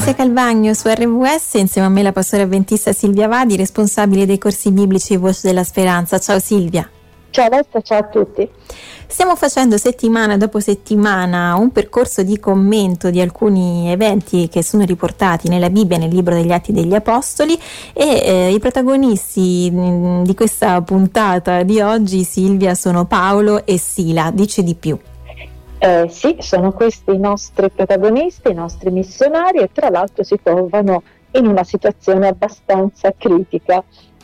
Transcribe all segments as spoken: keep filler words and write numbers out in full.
Alessia Calvagno su R W S, insieme a me la pastora avventista Silvia Vadi, responsabile dei corsi biblici Voce della Speranza. Ciao Silvia. Ciao Alessia, ciao a tutti. Stiamo facendo settimana dopo settimana un percorso di commento di alcuni eventi che sono riportati nella Bibbia, nel libro degli Atti degli Apostoli, e eh, i protagonisti mh, di questa puntata di oggi, Silvia, sono Paolo e Sila. Dici di più. Eh, sì, sono questi i nostri protagonisti, i nostri missionari, e tra l'altro si trovano in una situazione abbastanza critica.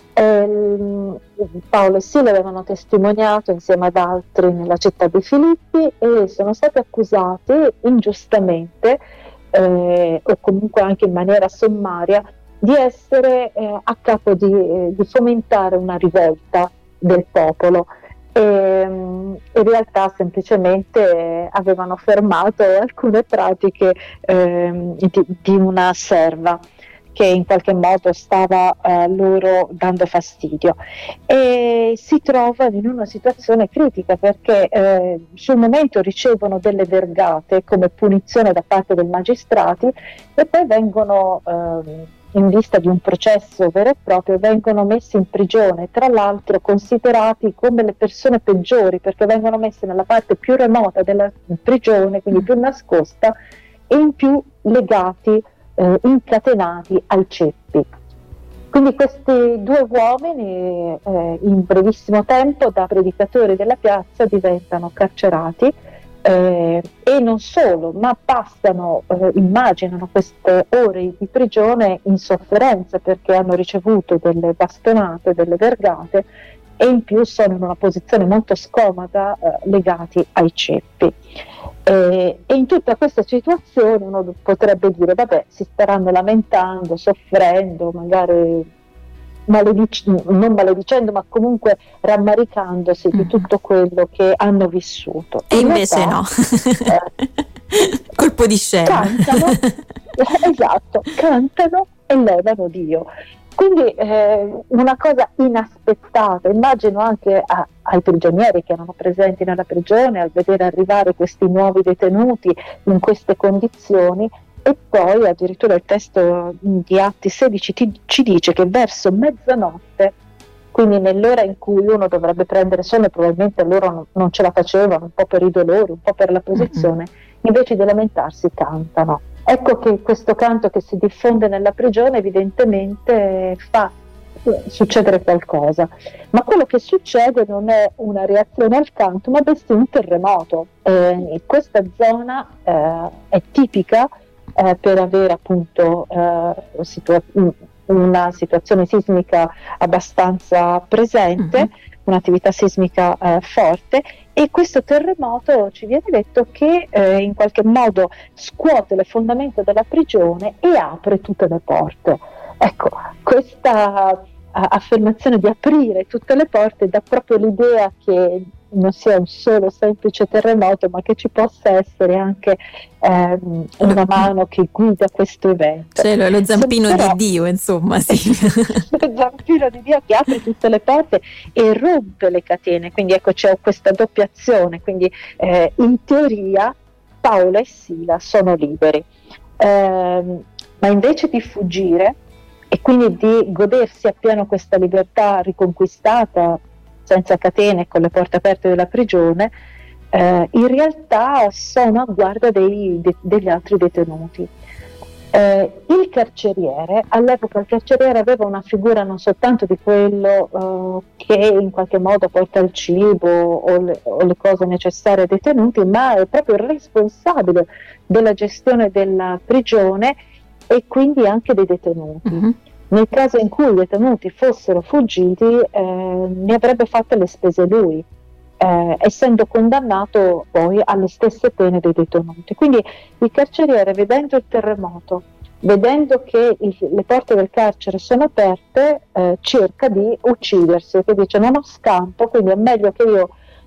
Eh, Paolo e Sila avevano testimoniato insieme ad altri nella città di Filippi e sono stati accusati ingiustamente eh, o comunque anche in maniera sommaria di essere eh, a capo di, eh, di fomentare una rivolta del popolo. E, in realtà semplicemente eh, avevano fermato alcune pratiche eh, di, di una serva che in qualche modo stava eh, loro dando fastidio, e si trovano in una situazione critica perché eh, sul momento ricevono delle vergate come punizione da parte dei magistrati e poi vengono eh, in vista di un processo vero e proprio, vengono messi in prigione, tra l'altro considerati come le persone peggiori perché vengono messi nella parte più remota della prigione, quindi più nascosta, e in più legati, eh, incatenati al ceppi. Quindi questi due uomini eh, in brevissimo tempo da predicatori della piazza diventano carcerati. Eh, e non solo, ma passano, eh, immaginano queste ore di prigione in sofferenza perché hanno ricevuto delle bastonate, delle vergate, e in più sono in una posizione molto scomoda eh, legati ai ceppi. Eh, e in tutta questa situazione uno potrebbe dire vabbè, si staranno lamentando, soffrendo, magari Maledic- non maledicendo, ma comunque rammaricandosi mm. di tutto quello che hanno vissuto. E in invece realtà, no, eh, colpo di scena. Cantano, esatto, cantano e levano Dio. Quindi eh, una cosa inaspettata, immagino anche a, ai prigionieri che erano presenti nella prigione al vedere arrivare questi nuovi detenuti in queste condizioni. E poi addirittura il testo di Atti sedici ti, ci dice che verso mezzanotte, quindi nell'ora in cui uno dovrebbe prendere sonno, probabilmente loro non, non ce la facevano, un po' per i dolori, un po' per la posizione, mm-hmm. invece di lamentarsi cantano. Ecco che questo canto che si diffonde nella prigione evidentemente fa succedere qualcosa, ma quello che succede non è una reazione al canto, ma bensì un terremoto. Eh, questa zona eh, è tipica Eh, per avere appunto eh, situa- una situazione sismica abbastanza presente, mm-hmm. un'attività sismica eh, forte, e questo terremoto ci viene detto che eh, in qualche modo scuote le fondamenta della prigione e apre tutte le porte. Ecco, questa affermazione di aprire tutte le porte dà proprio l'idea che non sia un solo semplice terremoto, ma che ci possa essere anche ehm, una mano che guida questo evento. Cioè lo zampino Se, però, di Dio, insomma, sì. Lo zampino di Dio che apre tutte le porte e rompe le catene, quindi ecco c'è questa doppia azione, quindi eh, in teoria Paolo e Sila sono liberi, eh, ma invece di fuggire e quindi di godersi appieno questa libertà riconquistata senza catene e con le porte aperte della prigione, eh, in realtà sono a guardia dei, de, degli altri detenuti. Eh, il carceriere, all'epoca il carceriere aveva una figura non soltanto di quello eh, che in qualche modo porta il cibo o le, o le cose necessarie ai detenuti, ma è proprio il responsabile della gestione della prigione e quindi anche dei detenuti. Mm-hmm. Nel caso in cui i detenuti fossero fuggiti, eh, ne avrebbe fatte le spese lui, eh, essendo condannato poi alle stesse pene dei detenuti. Quindi il carceriere, vedendo il terremoto, vedendo che il, le porte del carcere sono aperte, eh, cerca di uccidersi, che dice non ho scampo, quindi è meglio che io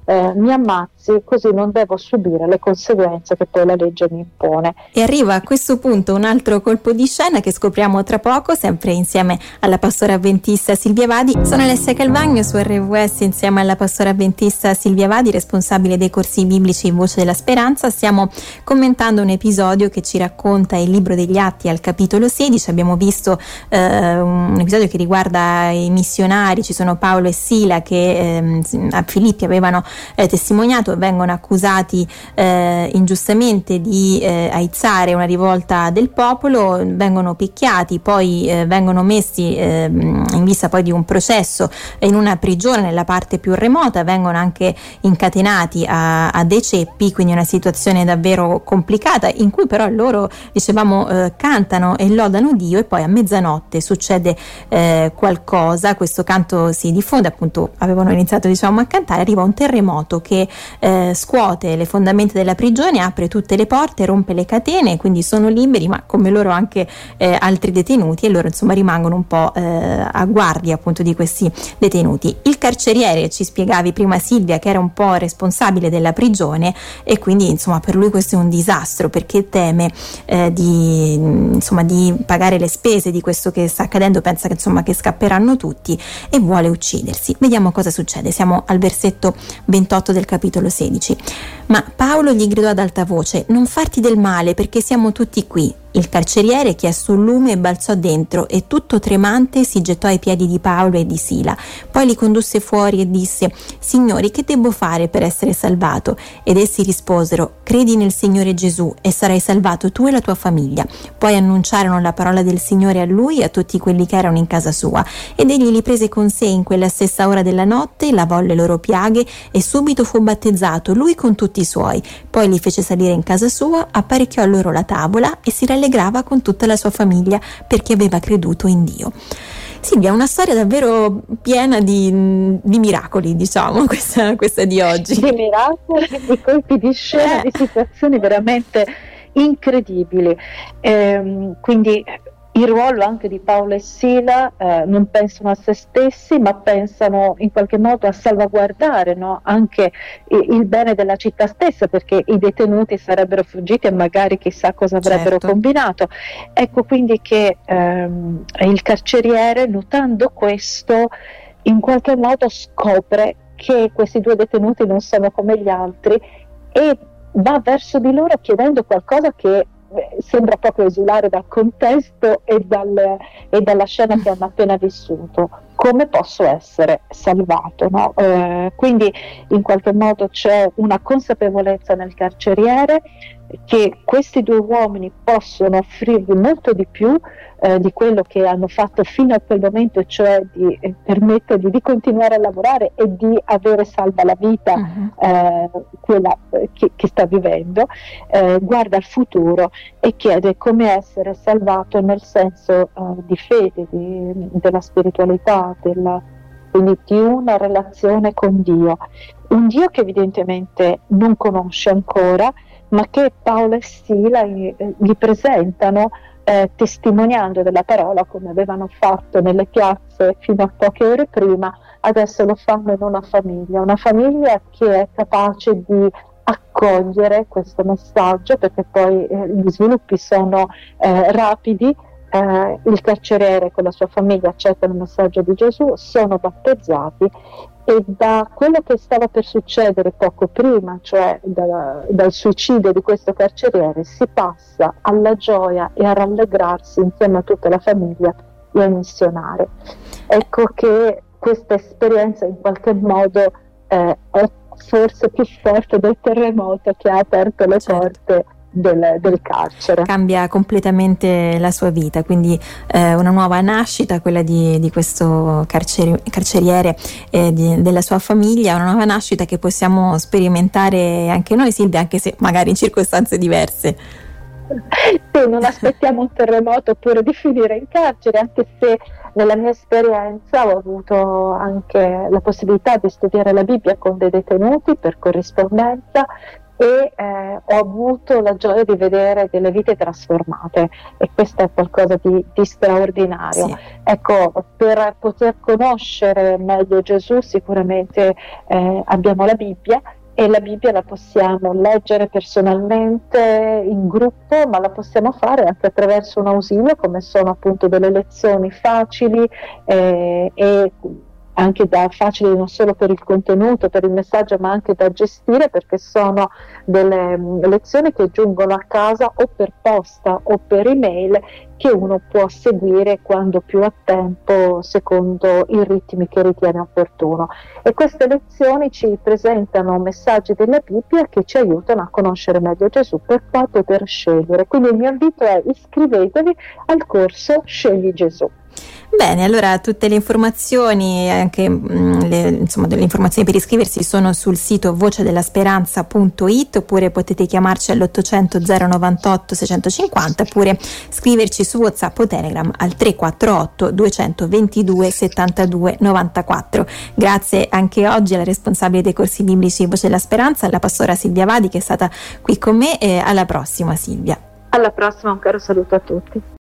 eh, mi ammazzi, così non devo subire le conseguenze che poi la legge mi impone. E arriva a questo punto un altro colpo di scena che scopriamo tra poco, sempre insieme alla pastora avventista Silvia Vadi. Sono Alessia Calvagno su R W S insieme alla pastora avventista Silvia Vadi, responsabile dei corsi biblici Voce della Speranza. Stiamo commentando un episodio che ci racconta il libro degli Atti al capitolo sedici. Abbiamo visto eh, un episodio che riguarda i missionari. Ci sono Paolo e Sila che eh, a Filippi avevano eh, testimoniato e vengono accusati eh, ingiustamente di eh, aizzare una rivolta del popolo, vengono picchiati, poi eh, vengono messi eh, in vista poi di un processo in una prigione nella parte più remota, vengono anche incatenati a, a dei ceppi, quindi una situazione davvero complicata, in cui però loro, dicevamo, eh, cantano e lodano Dio, e poi a mezzanotte succede eh, qualcosa, questo canto si diffonde, appunto avevano iniziato diciamo a cantare, arriva un terremoto che eh, scuote le fondamenta della prigione, apre tutte le porte, rompe le catene, quindi sono liberi, ma come loro anche eh, altri detenuti, e loro insomma rimangono un po' eh, a guardia appunto di questi detenuti. Il carceriere, ci spiegavi prima Silvia, che era un po' responsabile della prigione, e quindi insomma per lui questo è un disastro, perché teme eh, di insomma di pagare le spese di questo che sta accadendo, pensa che insomma che scapperanno tutti e vuole uccidersi. Vediamo cosa succede, siamo al versetto ventotto del capitolo sedici. Ma Paolo gli gridò ad alta voce: non farti del male, perché siamo tutti qui. Il carceriere chiese un lume e balzò dentro, e tutto tremante si gettò ai piedi di Paolo e di Sila. Poi li condusse fuori e disse: Signori, che debbo fare per essere salvato? Ed essi risposero: credi nel Signore Gesù e sarai salvato tu e la tua famiglia. Poi annunciarono la parola del Signore a lui e a tutti quelli che erano in casa sua, ed egli li prese con sé in quella stessa ora della notte, lavò le loro piaghe e subito fu battezzato, lui con tutti i suoi. Poi li fece salire in casa sua, apparecchiò loro la tavola e si rallegrava con tutta la sua famiglia, perché aveva creduto in Dio. Silvia, una storia davvero piena di, di miracoli, diciamo, questa, questa di oggi. Di miracoli, di colpi di scena, eh. di situazioni veramente incredibili. Ehm, quindi il ruolo anche di Paolo e Sila, eh, non pensano a se stessi, ma pensano in qualche modo a salvaguardare, no? Anche il, il bene della città stessa, perché i detenuti sarebbero fuggiti e magari chissà cosa avrebbero certo. combinato. Ecco quindi che ehm, il carceriere, notando questo, in qualche modo scopre che questi due detenuti non sono come gli altri e va verso di loro chiedendo qualcosa che sembra proprio esulare dal contesto e, dal, e dalla scena che hanno appena vissuto. Come posso essere salvato? No? Eh, quindi in qualche modo c'è una consapevolezza nel carceriere che questi due uomini possono offrirgli molto di più eh, di quello che hanno fatto fino a quel momento, cioè di eh, permettergli di continuare a lavorare e di avere salva la vita uh-huh. eh, quella che, che sta vivendo. Eh, guarda al futuro e chiede come essere salvato nel senso eh, di fede, di, della spiritualità, della, quindi di una relazione con Dio, un Dio che evidentemente non conosce ancora, ma che Paolo e Sila gli, gli presentano eh, testimoniando della parola, come avevano fatto nelle piazze fino a poche ore prima. Adesso lo fanno in una famiglia, una famiglia che è capace di accogliere questo messaggio, perché poi eh, gli sviluppi sono eh, rapidi. Eh, il carceriere con la sua famiglia accetta il messaggio di Gesù, sono battezzati, e da quello che stava per succedere poco prima, cioè da, dal suicidio di questo carceriere, si passa alla gioia e a rallegrarsi insieme a tutta la famiglia e ai missionari. Ecco che questa esperienza in qualche modo eh, è forse più forte del terremoto che ha aperto le certo. porte Del, del carcere. Cambia completamente la sua vita, quindi eh, una nuova nascita, quella di, di questo carceri, carceriere e di, della sua famiglia, una nuova nascita che possiamo sperimentare anche noi, Silvia, anche se magari in circostanze diverse. Sì, non aspettiamo un terremoto oppure di finire in carcere, anche se nella mia esperienza ho avuto anche la possibilità di studiare la Bibbia con dei detenuti per corrispondenza, e eh, ho avuto la gioia di vedere delle vite trasformate, e questo è qualcosa di, di straordinario. Sì. Ecco, per poter conoscere meglio Gesù sicuramente eh, abbiamo la Bibbia, e la Bibbia la possiamo leggere personalmente in gruppo, ma la possiamo fare anche attraverso un ausilio, come sono appunto delle lezioni facili eh, e anche da facili non solo per il contenuto, per il messaggio, ma anche da gestire, perché sono delle lezioni che giungono a casa o per posta o per email, che uno può seguire quando più ha tempo, secondo i ritmi che ritiene opportuno. E queste lezioni ci presentano messaggi della Bibbia che ci aiutano a conoscere meglio Gesù, per poi poter scegliere. Quindi il mio invito è: iscrivetevi al corso Scegli Gesù. Bene, allora tutte le informazioni, anche mh, le, insomma, delle informazioni per iscriversi sono sul sito voce della speranza punto it, oppure potete chiamarci all'ottocento zero novantotto seicentocinquanta, oppure scriverci su WhatsApp o Telegram al tre quattro otto duecentoventidue settantadue novantaquattro. Grazie anche oggi alla responsabile dei corsi biblici Voce della Speranza, alla pastora Silvia Vadi, che è stata qui con me, e alla prossima, Silvia. Alla prossima, un caro saluto a tutti.